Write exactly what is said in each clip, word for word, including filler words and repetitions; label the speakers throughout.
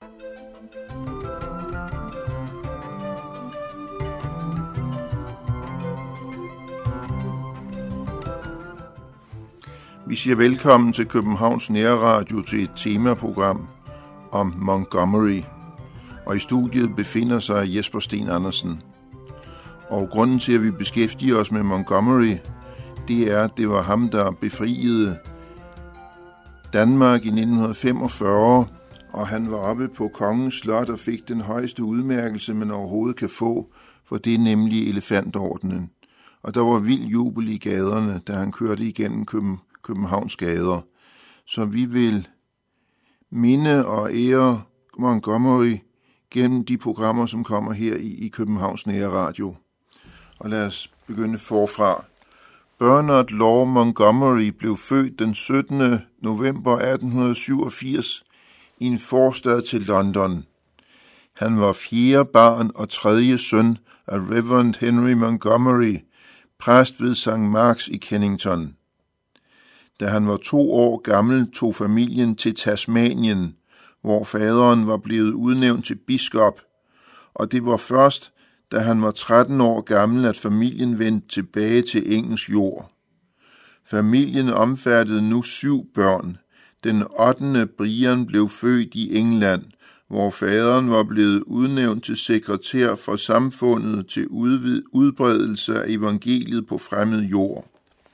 Speaker 1: Vi siger velkommen til Københavns Nærradio til et temaprogram om Montgomery, og i studiet befinder sig Jesper Sten Andersen. Og grunden til, at vi beskæftiger os med Montgomery, det er, at det var ham, der befriede Danmark i nitten femogfyrre, og han var oppe på Kongens Slot og fik den højeste udmærkelse, man overhovedet kan få, for det er nemlig elefantordenen. Og der var vild jubel i gaderne, da han kørte igennem København. Københavns gader. Så vi vil minde og ære Montgomery gennem de programmer, som kommer her i, i Københavns Nærradio. Og lad os begynde forfra. Bernard Law Montgomery blev født den syttende november atten syvogfirs i en forstad til London. Han var fjerde barn og tredje søn af Reverend Henry Montgomery, præst ved Sankt Marks i Kennington. Da han var to år gammel, tog familien til Tasmanien, hvor faderen var blevet udnævnt til biskop, og det var først, da han var tretten år gammel, at familien vendte tilbage til engelsk jord. Familien omfattede nu syv børn. Den ottende Brian blev født i England, hvor faderen var blevet udnævnt til sekretær for samfundet til udbredelse af evangeliet på fremmed jord.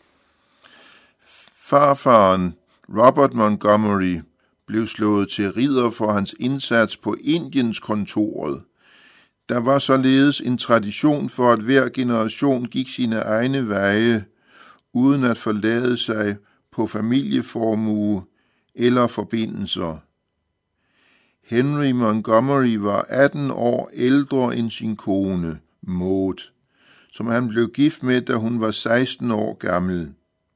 Speaker 1: Farfaren, Robert Montgomery, blev slået til ridder for hans indsats på Indiens kontoret. Der var således en tradition for, at hver generation gik sine egne veje, uden at forlade sig på familieformue eller forbindelser. Henry Montgomery var atten år ældre end sin kone, Maud, som han blev gift med, da hun var seksten år gammel.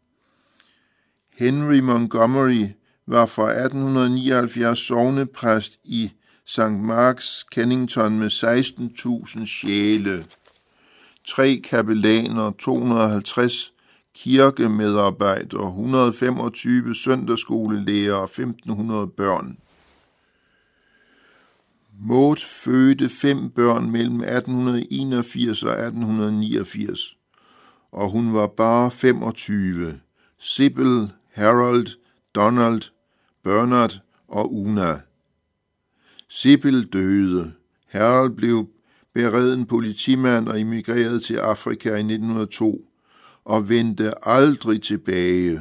Speaker 1: Henry Montgomery var fra atten nioghalvfjerds sognepræst i Sankt Marks, Kennington med seksten tusind sjæle, tre kapellaner, to hundrede og halvtreds kirkemedarbejdere, et hundrede og femogtyve søndagsskolelærere og femten hundrede børn. Maud fødte fem børn mellem atten enogfirs og atten niogfirs, og hun var bare femogtyve. Sybil, Harold, Donald, Bernard og Una. Sybil døde. Harold blev bereden politimand og emigrerede til Afrika i nitten hundrede og to og vendte aldrig tilbage.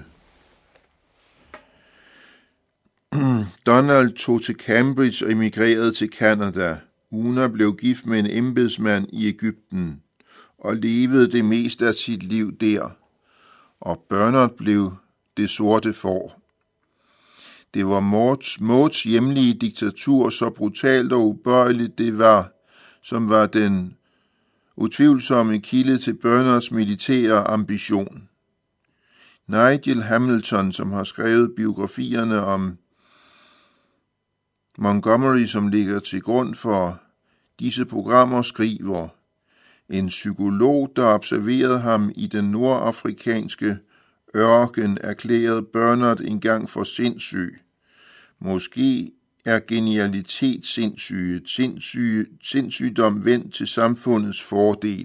Speaker 1: Donald tog til Cambridge og emigrerede til Canada. Una blev gift med en embedsmand i Egypten og levede det meste af sit liv der. Og Bernard blev det sorte får. Det var Mauds, Mauds hjemlige diktatur, så brutalt og ubøjeligt det var, som var den utvivlsomme kilde til Bernards militære ambition. Nigel Hamilton, som har skrevet biografierne om Montgomery, som ligger til grund for disse programmer, skriver: En psykolog, der observerede ham i den nordafrikanske ørken, erklærede Bernard engang for sindssyg. Måske er genialitet sindssyge, sindssyge, sindssygdom vendt til samfundets fordel.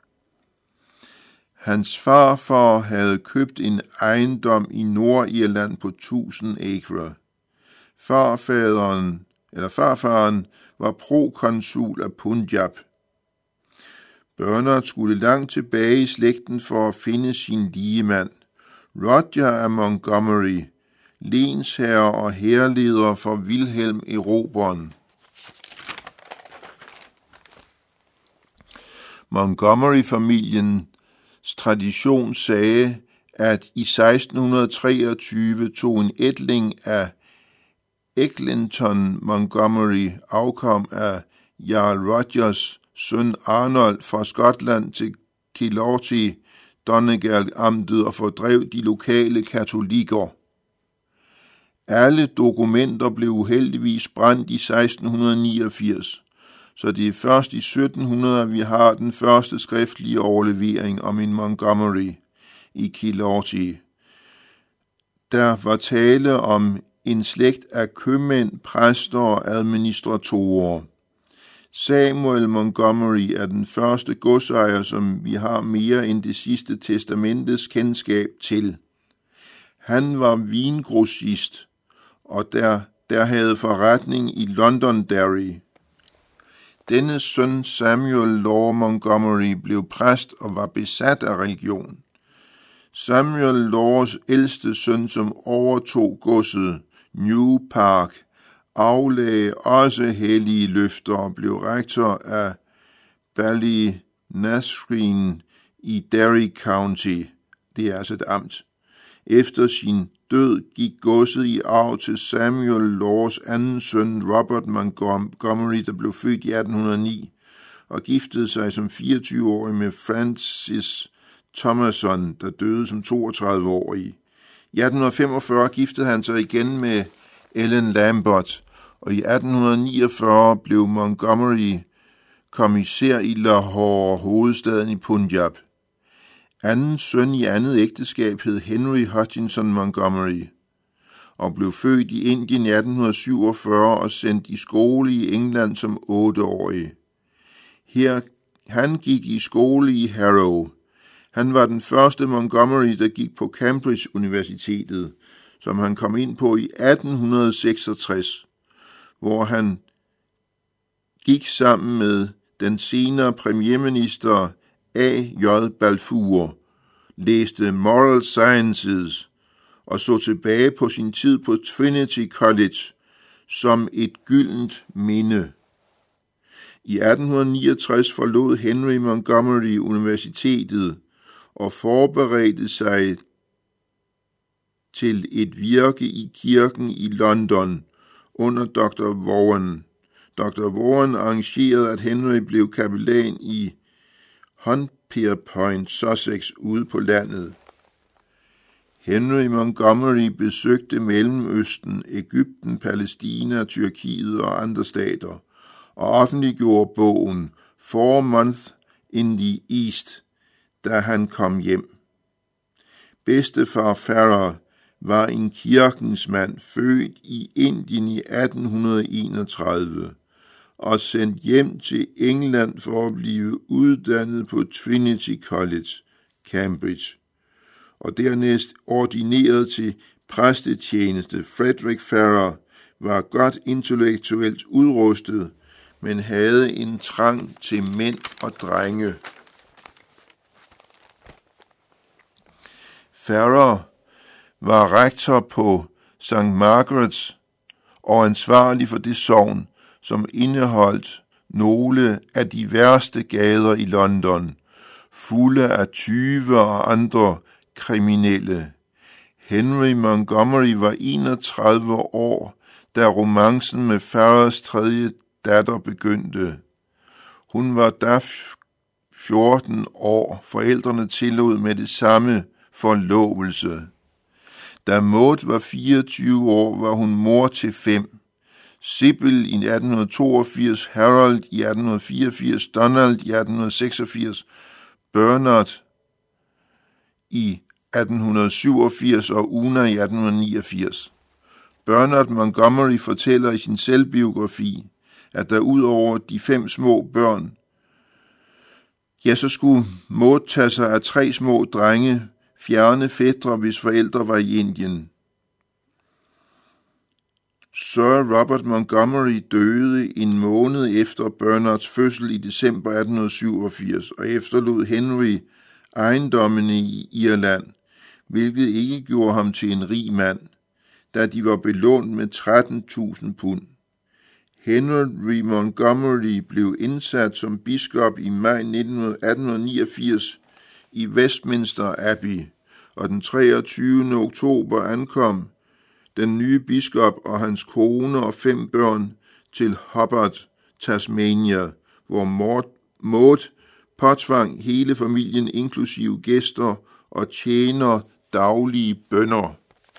Speaker 1: Hans farfar havde købt en ejendom i Nordirland på tusind acre. Farfaderen, eller farfaren var prokonsul af Punjab. Bernard skulle langt tilbage i slægten for at finde sin ligemand, Roger af Montgomery, lensherre og hærleder for Vilhelm Erobreren. Montgomery-familiens tradition sagde, at i seksten treogtyve tog en ætling af Eglinton Montgomery, afkom af Jarl Rogers søn Arnold, fra Skotland til Killarty, Donegal-amtet, og fordrev de lokale katolikker. Alle dokumenter blev uheldigvis brændt i seksten niogfirs, så det er først i sytten hundrede, at vi har den første skriftlige overlevering om en Montgomery i Killarty. Der var tale om en slægt af købmænd, præster og administratorer. Samuel Montgomery er den første godsejer, som vi har mere end det sidste testamentets kendskab til. Han var vingrossist, og der, der havde forretning i Londonderry. Denne søn Samuel Law Montgomery blev præst og var besat af religion. Samuel Laws ældste søn, som overtog godset, New Park, aflagde også hellige løfter og blev rektor af Ballynasreen i Derry County. Det er altså et amt. Efter sin død gik godset i arv til Samuel Laws anden søn Robert Montgomery, der blev født i atten hundrede og ni og giftede sig som fireogtyve-årig med Francis Thomason, der døde som toogtredive-årig. I atten femogfyrre giftede han sig igen med Ellen Lambert, og i atten niogfyrre blev Montgomery kommissær i Lahore, hovedstaden i Punjab. Anden søn i andet ægteskab hed Henry Hutchinson Montgomery og blev født i Indien i atten syvogfyrre og sendt i skole i England som otteårig. Her han gik i skole i Harrow. Han var den første Montgomery, der gik på Cambridge Universitetet, som han kom ind på i atten seksogtres, hvor han gik sammen med den senere premierminister A J Balfour, læste Moral Sciences og så tilbage på sin tid på Trinity College som et gyldent minde. I atten niogtres forlod Henry Montgomery universitetet og forberedte sig til et virke i kirken i London under doktor Vaughan. doktor Vaughan arrangerede, at Henry blev kapellan i Hunpierpoint, Sussex, ude på landet. Henry Montgomery besøgte Mellemøsten, Egypten, Palæstina, Tyrkiet og andre stater, og offentliggjorde bogen Four Months in the East, da han kom hjem. Bedstefar Farrar var en kirkens mand, født i Indien i atten enogtredive og sendt hjem til England for at blive uddannet på Trinity College, Cambridge, og dernæst ordineret til præstetjeneste. Frederick Farrar var godt intellektuelt udrustet, men havde en trang til mænd og drenge. Farrar var rektor på Sankt Margaret's og ansvarlig for det sogn, som indeholdt nogle af de værste gader i London, fulde af tyve og andre kriminelle. Henry Montgomery var enogtredive år, da romancen med Farrars tredje datter begyndte. Hun var da fjorten år. Forældrene tillod med det samme forlovelse. Da Maud var fireogtyve år, var hun mor til fem. Sybil i atten toogfirs, Harold i atten fireogfirs, Donald i atten seksogfirs, Bernard i atten syvogfirs og Una i atten niogfirs. Bernard Montgomery fortæller i sin selvbiografi, at der ud over de fem små børn, ja, så skulle Maud tage sig af tre små drenge, fjerne fætre, hvis forældre var i Indien. Sir Robert Montgomery døde en måned efter Bernards fødsel i december atten syvogfirs og efterlod Henry ejendommene i Irland, hvilket ikke gjorde ham til en rig mand, da de var belånt med tretten tusind pund. Henry Montgomery blev indsat som biskop i maj atten niogfirs i Westminster Abbey, og den treogtyvende oktober ankom den nye biskop og hans kone og fem børn til Hobart, Tasmania, hvor Maud påtvang hele familien inklusive gæster og tjener daglige bønner.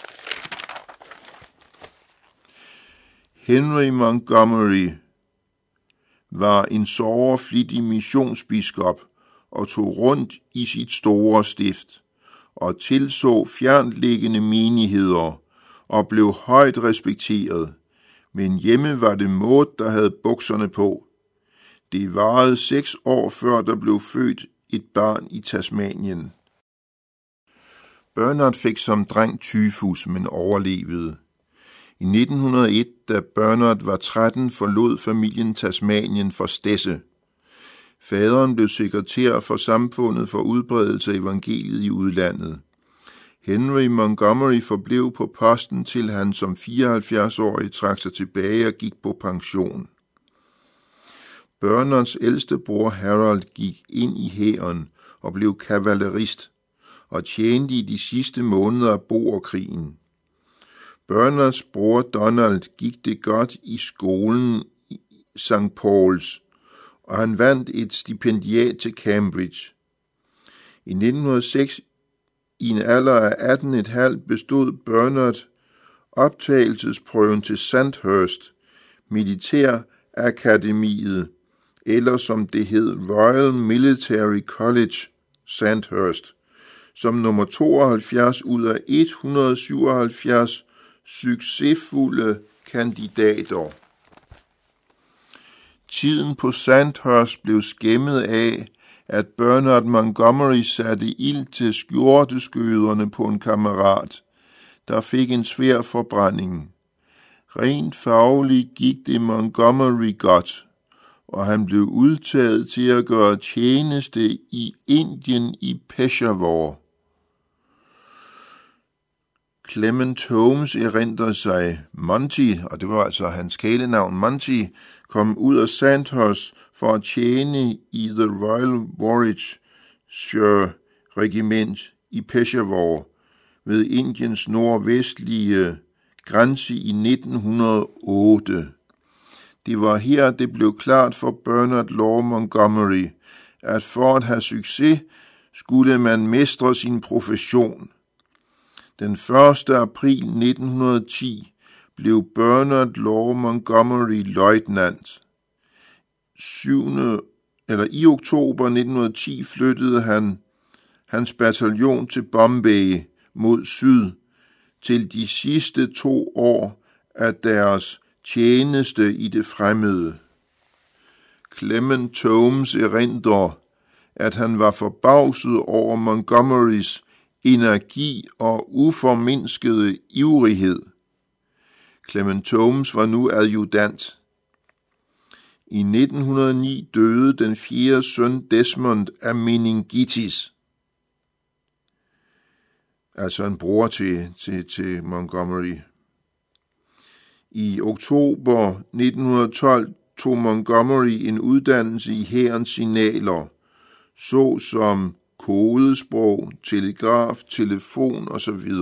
Speaker 1: Henry Montgomery var en sorgflittig missionsbiskop og tog rundt i sit store stift og tilså fjerntliggende menigheder og blev højt respekteret, men hjemme var det Maud, der havde bukserne på. Det varede seks år før der blev født et barn i Tasmanien. Bernard fik som dreng tyfus, men overlevede. I nitten hundrede og et, da Bernard var tretten, forlod familien Tasmanien for Stesse. Faderen blev sekretær for Samfundet for udbredelse af evangeliet i udlandet. Henry Montgomery forblev på posten, til han som fireoghalvfjerds-årig trak sig tilbage og gik på pension. Bernards ældste bror Harold gik ind i hæren og blev kavalerist og tjente i de sidste måneder af boerkrigen. Bernards bror Donald gik det godt i skolen i Sankt Pauls, og han vandt et stipendiat til Cambridge. I nitten hundrede og seks, i en alder af atten komma fem, bestod Bernard optagelsesprøven til Sandhurst, Militærakademiet, eller som det hed Royal Military College, Sandhurst, som nummer tooghalvfjerds ud af et hundrede og syvoghalvfjerds succesfulde kandidater. Tiden på Sandhurst blev skæmmet af, at Bernard Montgomery satte ild til skjorteskøderne på en kammerat, der fik en svær forbrænding. Rent fagligt gik det Montgomery godt, og han blev udtaget til at gøre tjeneste i Indien i Peshawar. Clement Holmes erindrer sig, Monty, og det var altså hans kælenavn Monty, kom ud af Sandhurst for at tjene i The Royal Warwickshire Regiment i Peshawar ved Indiens nordvestlige grænse i nitten hundrede og otte. Det var her, det blev klart for Bernard Law Montgomery, at for at have succes, skulle man mestre sin profession. Den første april nitten hundrede og ti blev Bernard Law Montgomery løjtnant. syvende eller I oktober nitten hundrede og ti flyttede han hans bataljon til Bombay mod syd til de sidste to år af deres tjeneste i det fremmede. Clement Holmes erindrer, at han var forbavset over Montgomerys energi og uforminskede ivrighed. Clement Holmes var nu adjudant. I nitten hundrede og ni døde den fjerde søn Desmond af meningitis, altså en bror til, til, til Montgomery. I oktober nitten hundrede og tolv tog Montgomery en uddannelse i hærens signaler, såsom kodesprog, telegraf, telefon osv.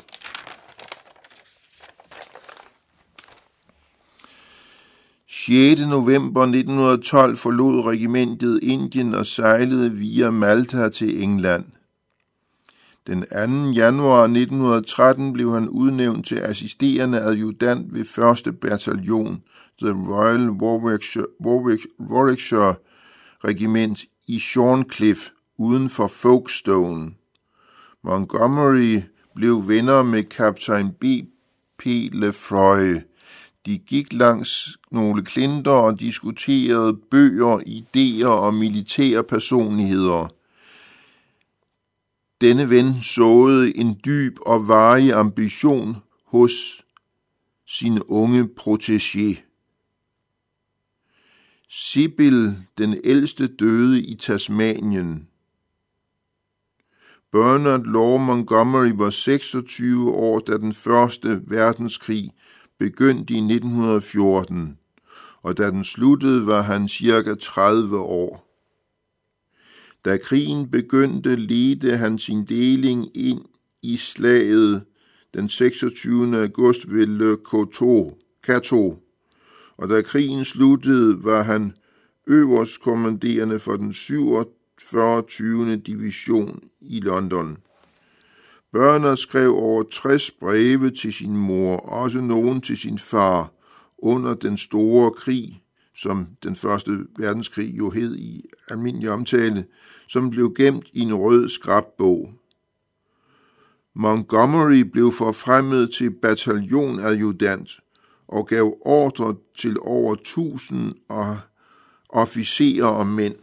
Speaker 1: sjette november nitten hundrede og tolv forlod regimentet Indien og sejlede via Malta til England. Den anden januar nitten hundrede og tretten blev han udnævnt til assisterende adjudant ved første bataljon, The Royal Warwickshire, Warwick, Warwickshire Regiment i Shorncliffe uden for Folkestone. Montgomery blev venner med kaptajn B P Lefroy. De gik langs nogle klinter og diskuterede bøger, idéer og militære personligheder. Denne ven såede en dyb og varig ambition hos sin unge protégé. Sibyl, den ældste, døde i Tasmanien. Bernard Law Montgomery var seksogtyve år, da den første verdenskrig begyndte i nitten hundrede og fjorten, og da den sluttede, var han cirka tredive år. Da krigen begyndte, ledte han sin deling ind i slaget den seksogtyvende august ved Le Cateau, og da krigen sluttede, var han øverstkommanderende for den syvogfyrre division i London. Bernard skrev over tres breve til sin mor, også nogen til sin far, under den store krig, som den første verdenskrig jo hed i almindelig omtale, som blev gemt i en rød skrabbog. Montgomery blev forfremmet til bataljonadjudant og gav ordre til over tusind officerer og mænd.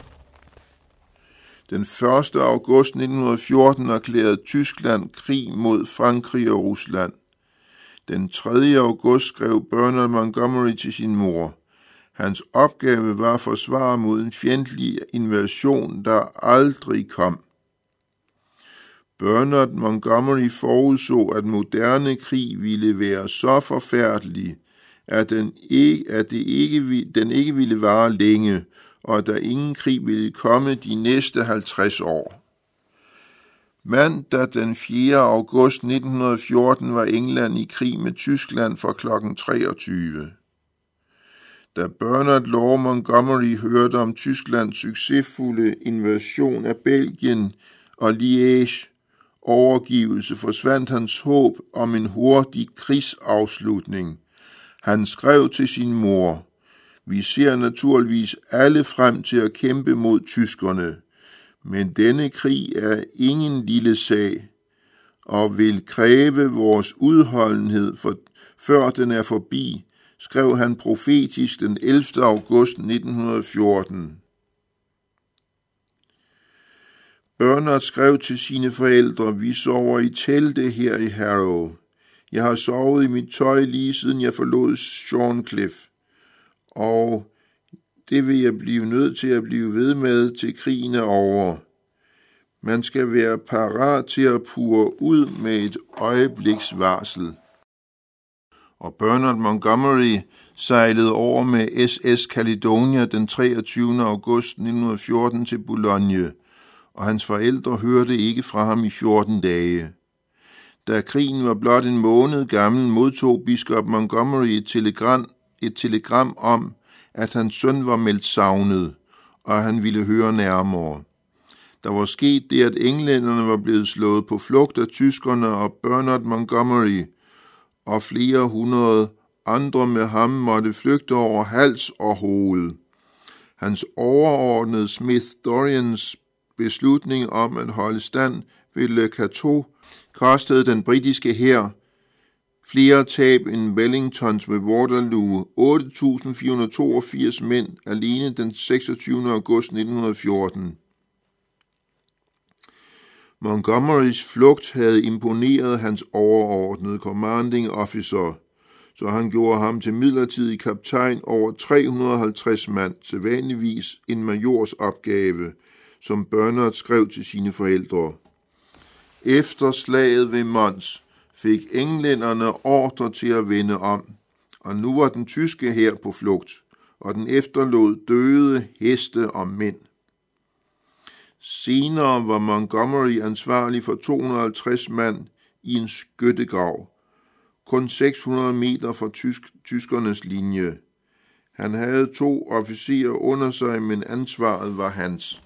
Speaker 1: Den første august nitten fjorten erklærede Tyskland krig mod Frankrig og Rusland. Den tredje august skrev Bernard Montgomery til sin mor. Hans opgave var at forsvare mod en fjendtlig invasion, der aldrig kom. Bernard Montgomery forudså, at moderne krig ville være så forfærdelig, at den ikke, at det ikke, den ikke ville vare længe, og at der ingen krig ville komme de næste halvtreds år. Mandag den fjerde august nitten fjorten var England i krig med Tyskland fra klokken treogtyve. Da Bernard Law Montgomery hørte om Tysklands succesfulde invasion af Belgien og Liège overgivelse, forsvandt hans håb om en hurtig krigsafslutning. Han skrev til sin mor: "Vi ser naturligvis alle frem til at kæmpe mod tyskerne, men denne krig er ingen lille sag og vil kræve vores udholdenhed, for før den er forbi," skrev han profetisk den ellevte august nitten fjorten. Bernard skrev til sine forældre: "Vi sover i telte her i Harrow. Jeg har sovet i mit tøj lige siden jeg forlod Shorncliffe, og det vil jeg blive nødt til at blive ved med, til krigen er over. Man skal være parat til at pure ud med et øjebliks varsel." Og Bernard Montgomery sejlede over med S S Caledonia den treogtyvende august nitten fjorten til Boulogne, og hans forældre hørte ikke fra ham i fjorten dage. Da krigen var blot en måned gammel, modtog biskop Montgomery et telegram, et telegram om, at hans søn var meldt savnet, og han ville høre nærmere. Der var sket det, at englænderne var blevet slået på flugt af tyskerne, og Bernard Montgomery og flere hundrede andre med ham måtte flygte over hals og hoved. Hans overordnede Smith Dorians beslutning om at holde stand ved Le Cateau kostede den britiske hær flere tab end Wellingtons ved Waterloo, otte tusind fire hundrede toogfirs mænd alene den seksogtyvende august nitten fjorten. Montgomerys flugt havde imponeret hans overordnede commanding officer, så han gjorde ham til midlertidig kaptajn over tre hundrede og halvtreds mand, sædvanligvis en majors opgave, som Bernard skrev til sine forældre. Efter slaget ved Mons fik englænderne ordre til at vende om, og nu var den tyske hær på flugt, og den efterlod døde heste og mænd. Senere var Montgomery ansvarlig for to hundrede og halvtreds mand i en skyttegrav, kun seks hundrede meter fra tysk, tyskernes linje. Han havde to officerer under sig, men ansvaret var hans.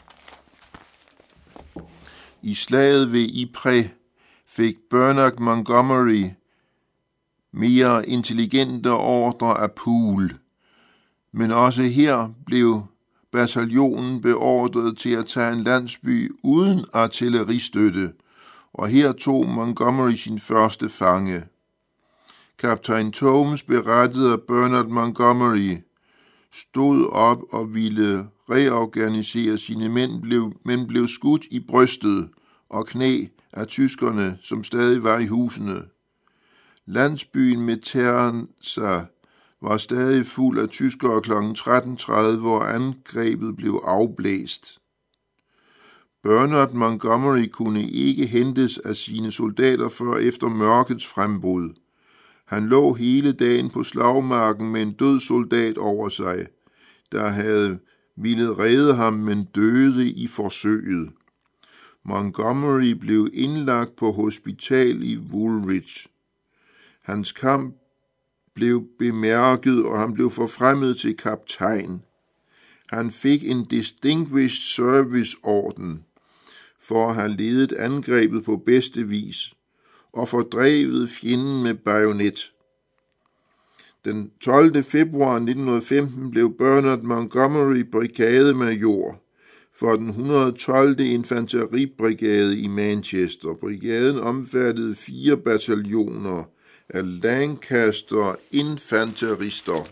Speaker 1: I slaget ved Ypres fik Bernard Montgomery mere intelligente ordre af Poole, men også her blev bataljonen beordret til at tage en landsby uden artilleristøtte, og her tog Montgomery sin første fange. Kaptajn Thomas berettede, at Bernard Montgomery stod op og ville reorganisere sine mænd, blev, men blev skudt i brystet og knæ af tyskerne, som stadig var i husene. Landsbyen Metersa var stadig fuld af tyskere klokken tretten tredive, hvor angrebet blev afblæst. Bernard Montgomery kunne ikke hentes af sine soldater før efter mørkets frembrud. Han lå hele dagen på slagmarken med en død soldat over sig, der havde ville redde ham, men døde i forsøget. Montgomery blev indlagt på hospital i Woolwich. Hans kamp blev bemærket, og han blev forfremmet til kaptajn. Han fik en Distinguished Service Orden for at have ledet angrebet på bedste vis og fordrevet fjenden med bajonet. Den tolvte februar nitten femten blev Bernard Montgomery brigademajor, for den et hundrede og tolvte infanteribrigade i Manchester. Brigaden omfattede fire bataljoner af Lancaster infanterister.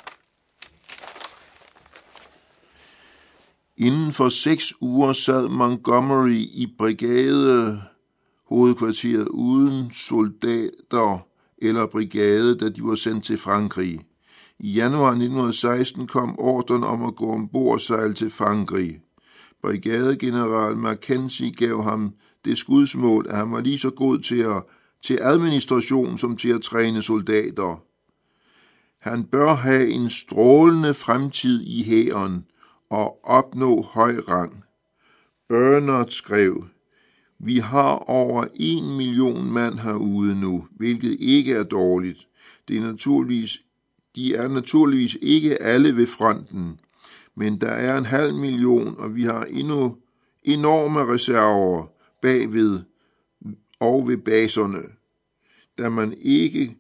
Speaker 1: Inden for seks uger sad Montgomery i brigadehovedkvarteret uden soldater eller brigade, da de var sendt til Frankrig. I januar nitten seksten kom ordren om at gå ombord og sejle til Frankrig. Brigadegeneral Mackenzie gav ham det skudsmål, at han var lige så god til, at, til administration som til at træne soldater. Han bør have en strålende fremtid i hæren og opnå høj rang. Bernard skrev: Vi har over en million mand herude nu, hvilket ikke er dårligt. Det er naturligvis, de er naturligvis ikke alle ved fronten, men der er en halv million, og vi har endnu enorme reserver bagved og ved baserne. Da man ikke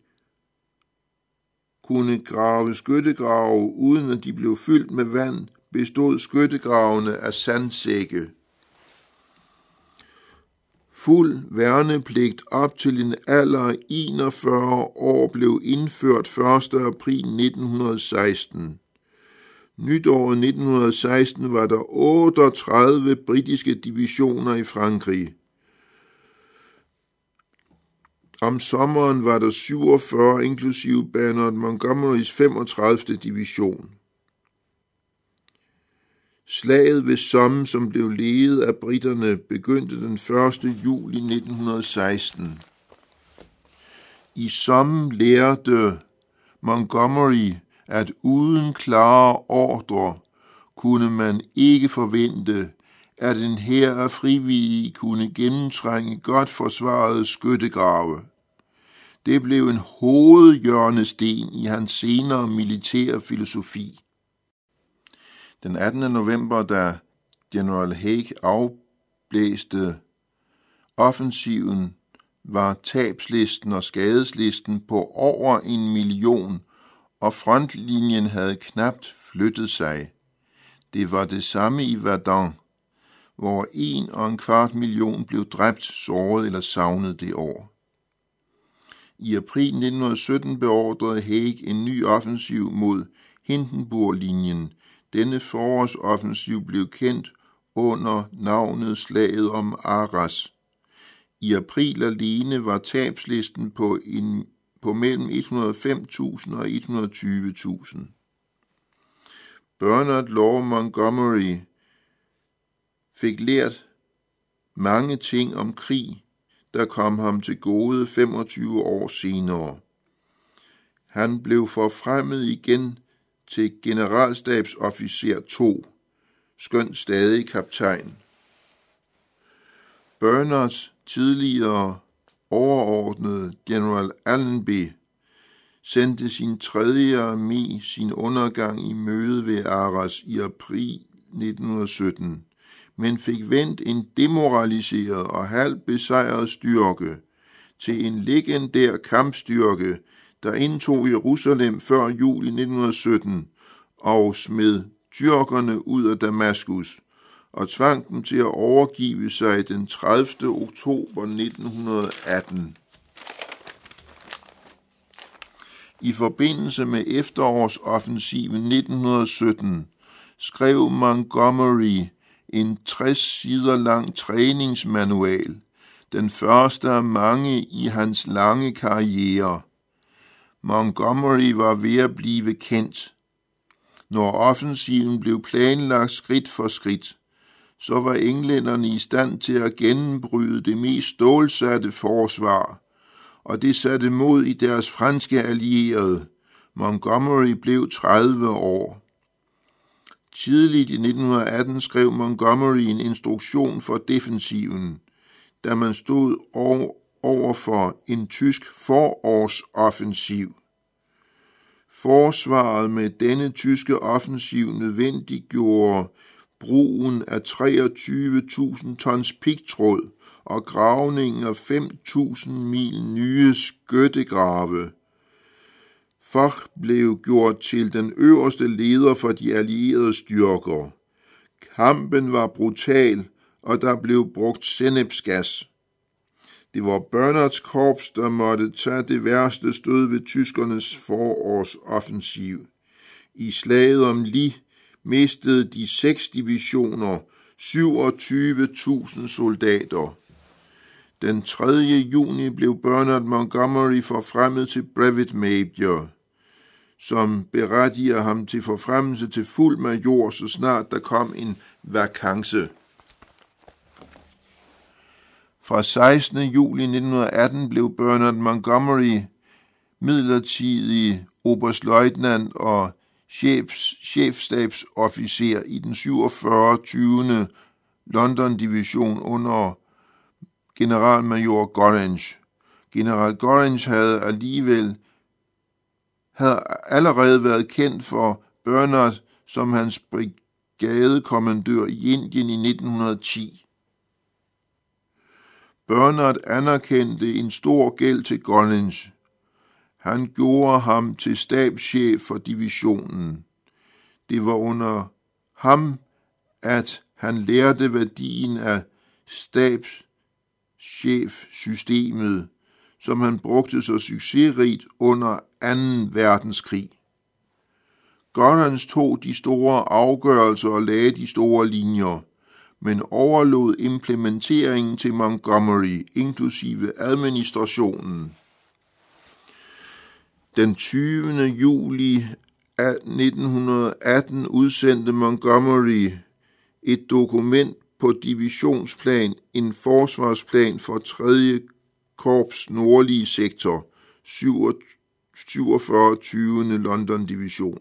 Speaker 1: kunne grave skyttegrave, uden at de blev fyldt med vand, bestod skyttegravene af sandsække. Fuld værnepligt op til en alder af enogfyrre år blev indført første april nitten seksten. Nytåret nitten seksten var der otteogtredive britiske divisioner i Frankrig. Om sommeren var der syvogfyrre, inklusive Bernard Montgomerys femogtredivte division. Slaget ved Somme, som blev ledet af briterne, begyndte den første juli nitten seksten. I Somme lærte Montgomery, at uden klare ordre kunne man ikke forvente, at en hær af frivillige kunne gennemtrænge godt forsvarede skyttegrave. Det blev en hovedhjørnesten i hans senere militære filosofi. Den attende november, da general Haig afblæste offensiven, var tabslisten og skadeslisten på over en million, og frontlinjen havde knapt flyttet sig. Det var det samme i Verdun, hvor en og en kvart million blev dræbt, såret eller savnet det år. I april nitten sytten beordrede Haig en ny offensiv mod Hindenburg-linjen. Denne forårsoffensiv blev kendt under navnet Slaget om Arras. I april alene var tabslisten på, en, på mellem et hundrede og fem tusind og et hundrede og tyve tusind. Bernard Law Montgomery fik lært mange ting om krig, der kom ham til gode femogtyve år senere. Han blev forfremmet igen til generalstabsofficer to, skønt stadig kaptajn. Bernards tidligere overordnede general Allenby sendte sin tredje armé sin undergang i møde ved Arras i april nitten sytten, men fik vendt en demoraliseret og halvt besejret styrke til en legendær kampstyrke, der indtog Jerusalem før juli nitten sytten og smed tyrkerne ud af Damaskus og tvang dem til at overgive sig den tredivte oktober nitten atten. I forbindelse med efterårsoffensiven nitten sytten skrev Montgomery en tres sider lang træningsmanual, den første af mange i hans lange karriere. Montgomery var ved at blive kendt. Når offensiven blev planlagt skridt for skridt, så var englænderne i stand til at gennembryde det mest stålsatte forsvar, og det satte mod i deres franske allierede. Montgomery blev tredive år. Tidligt i nitten atten skrev Montgomery en instruktion for defensiven, da man stod over for en tysk forårsoffensiv. Forsvaret med denne tyske offensiv nødvendiggjorde brugen af treogtyve tusind tons pigtråd og gravningen af fem tusind mil nye skyttegrave. Foch blev gjort til den øverste leder for de allierede styrker. Kampen var brutal, og der blev brugt sennepsgas. Det var Bernhards korps, der måtte tage det værste stød ved tyskernes forårsoffensiv. I slaget om Ly mistede de seks divisioner syvogtyve tusind soldater. Den tredje juni blev Bernard Montgomery forfremmet til brevet major, som berettiger ham til forfremmelse til fuld major, så snart der kom en vakance. Fra sekstende juli nitten atten blev Bernard Montgomery midlertidig oberstløjtnant og chefs, chefstabsofficer i den syvogfyrre tyvende London Division under generalmajor Gorringe. General Gorringe havde alligevel havde allerede været kendt for Bernard som hans brigadekommandør i Indien i nitten ti. Bernard anerkendte en stor gæld til Gorringe. Han gjorde ham til stabschef for divisionen. Det var under ham, at han lærte værdien af stabschefsystemet, som han brugte så succesrigt under anden verdenskrig. Gorringe tog de store afgørelser og lagde de store linjer, men overlod implementeringen til Montgomery, inklusive administrationen. Den tyvende juli nitten atten udsendte Montgomery et dokument på divisionsplan, en forsvarsplan for tredje korps nordlige sektor, syvogfyrre tyvende London Division.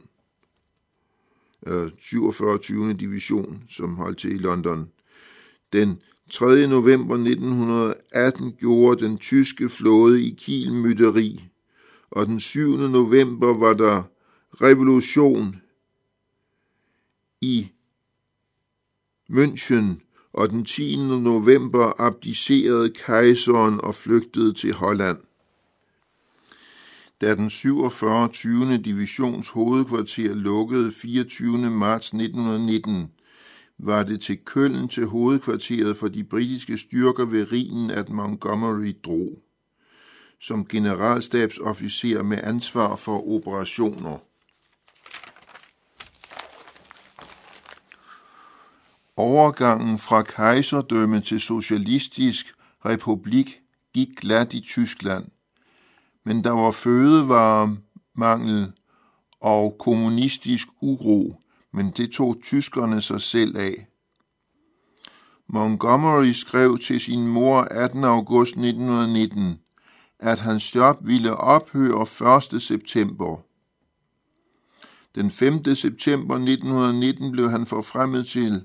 Speaker 1: syvogfyrre tyvende division, som holdt til i London. Den tredje november nitten atten gjorde den tyske flåde i Kiel mytteri, og den syvende november var der revolution i München, og den tiende november abdicerede kejseren og flygtede til Holland. Da den syvogfyrre tyvende divisions hovedkvarter lukkede fireogtyvende marts nitten nitten, var det til Köln til hovedkvarteret for de britiske styrker ved Rhinen, at Montgomery drog, som generalstabsofficer med ansvar for operationer. Overgangen fra kejserdømme til socialistisk republik gik glat i Tyskland, men der var fødevaremangel og kommunistisk uro, men det tog tyskerne sig selv af. Montgomery skrev til sin mor attende august nitten nitten, at hans job ville ophøre første september. Den femte september nitten nitten blev han forfremmet til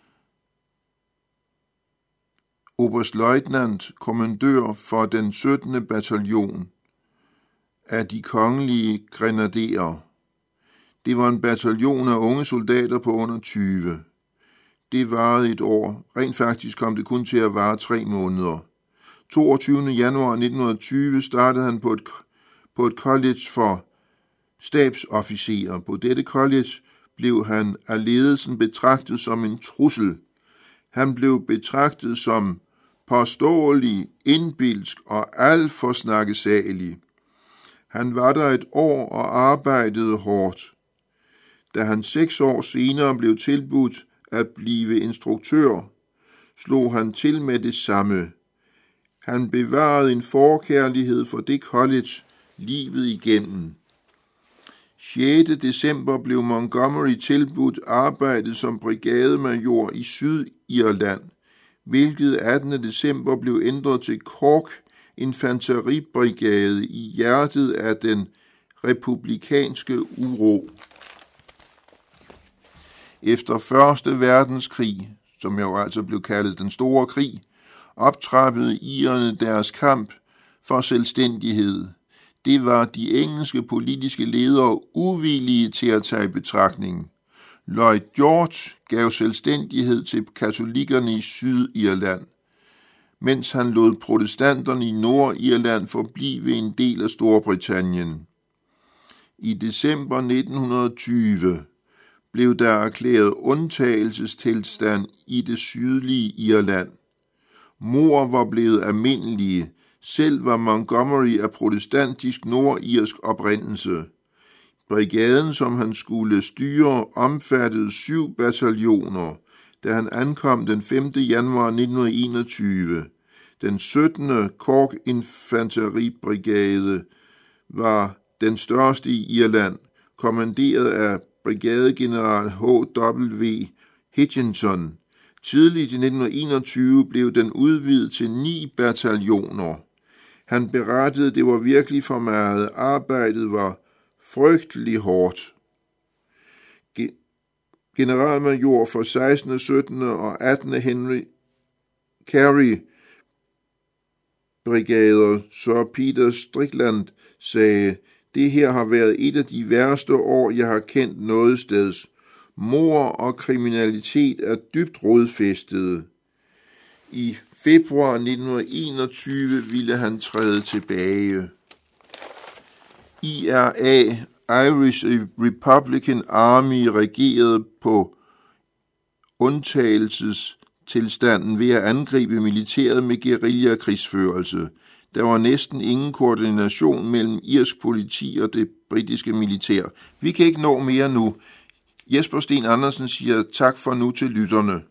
Speaker 1: oberstløjtnant, kommandør for den syttende bataljon af de kongelige grenaderer. Det var en bataljon af unge soldater på under tyve. Det varede et år. Rent faktisk kom det kun til at vare tre måneder. toogtyvende januar nitten tyve startede han på et, på et college for stabsofficerer. På dette college blev han af ledelsen betragtet som en trussel. Han blev betragtet som påståelig, indbilsk og alt for snakkesalig. Han var der et år og arbejdede hårdt. Da han seks år senere blev tilbudt at blive instruktør, slog han til med det samme. Han bevarede en forkærlighed for det college livet igennem. sjette december blev Montgomery tilbudt arbejde som brigademajor i Sydirland, hvilket attende december blev ændret til Cork infanteribrigade i hjertet af den republikanske uro. Efter første verdenskrig, som jo altså blev kaldet den store krig, optrappede irerne deres kamp for selvstændighed. Det var de engelske politiske ledere uvillige til at tage i betragtning. Lloyd George gav selvstændighed til katolikkerne i Sydirland, mens han lod protestanterne i Nordirland forblive en del af Storbritannien. I december nitten tyve blev der erklæret undtagelsestilstand i det sydlige Irland. Mord var blevet almindelige, selv var Montgomery af protestantisk nordirsk oprindelse. Brigaden, som han skulle styre, omfattede syv bataljoner, da han ankom den femte januar nitten enogtyve. Den syttende Cork Infanteribrigade var den største i Irland, kommanderet af brigadegeneral H W Higginson. Tidligt i nitten enogtyve blev den udvidet til ni bataljoner. Han berettede, det var virkelig for meget. Arbejdet var frygtelig hårdt. Generalmajor for sekstende, syttende og attende Henry Carey brigader, Sir Peter Strickland, sagde, det her har været et af de værste år, jeg har kendt noget steds. Mord og kriminalitet er dybt rodfæstede. I februar nitten enogtyve ville han træde tilbage. I R A, Irish Republican Army, regerede på undtagelsestilstanden ved at angribe militæret med guerillakrigsførelse. Der var næsten ingen koordination mellem irsk politi og det britiske militær. Vi kan ikke nå mere nu. Jesper Sten Andersen siger tak for nu til lytterne.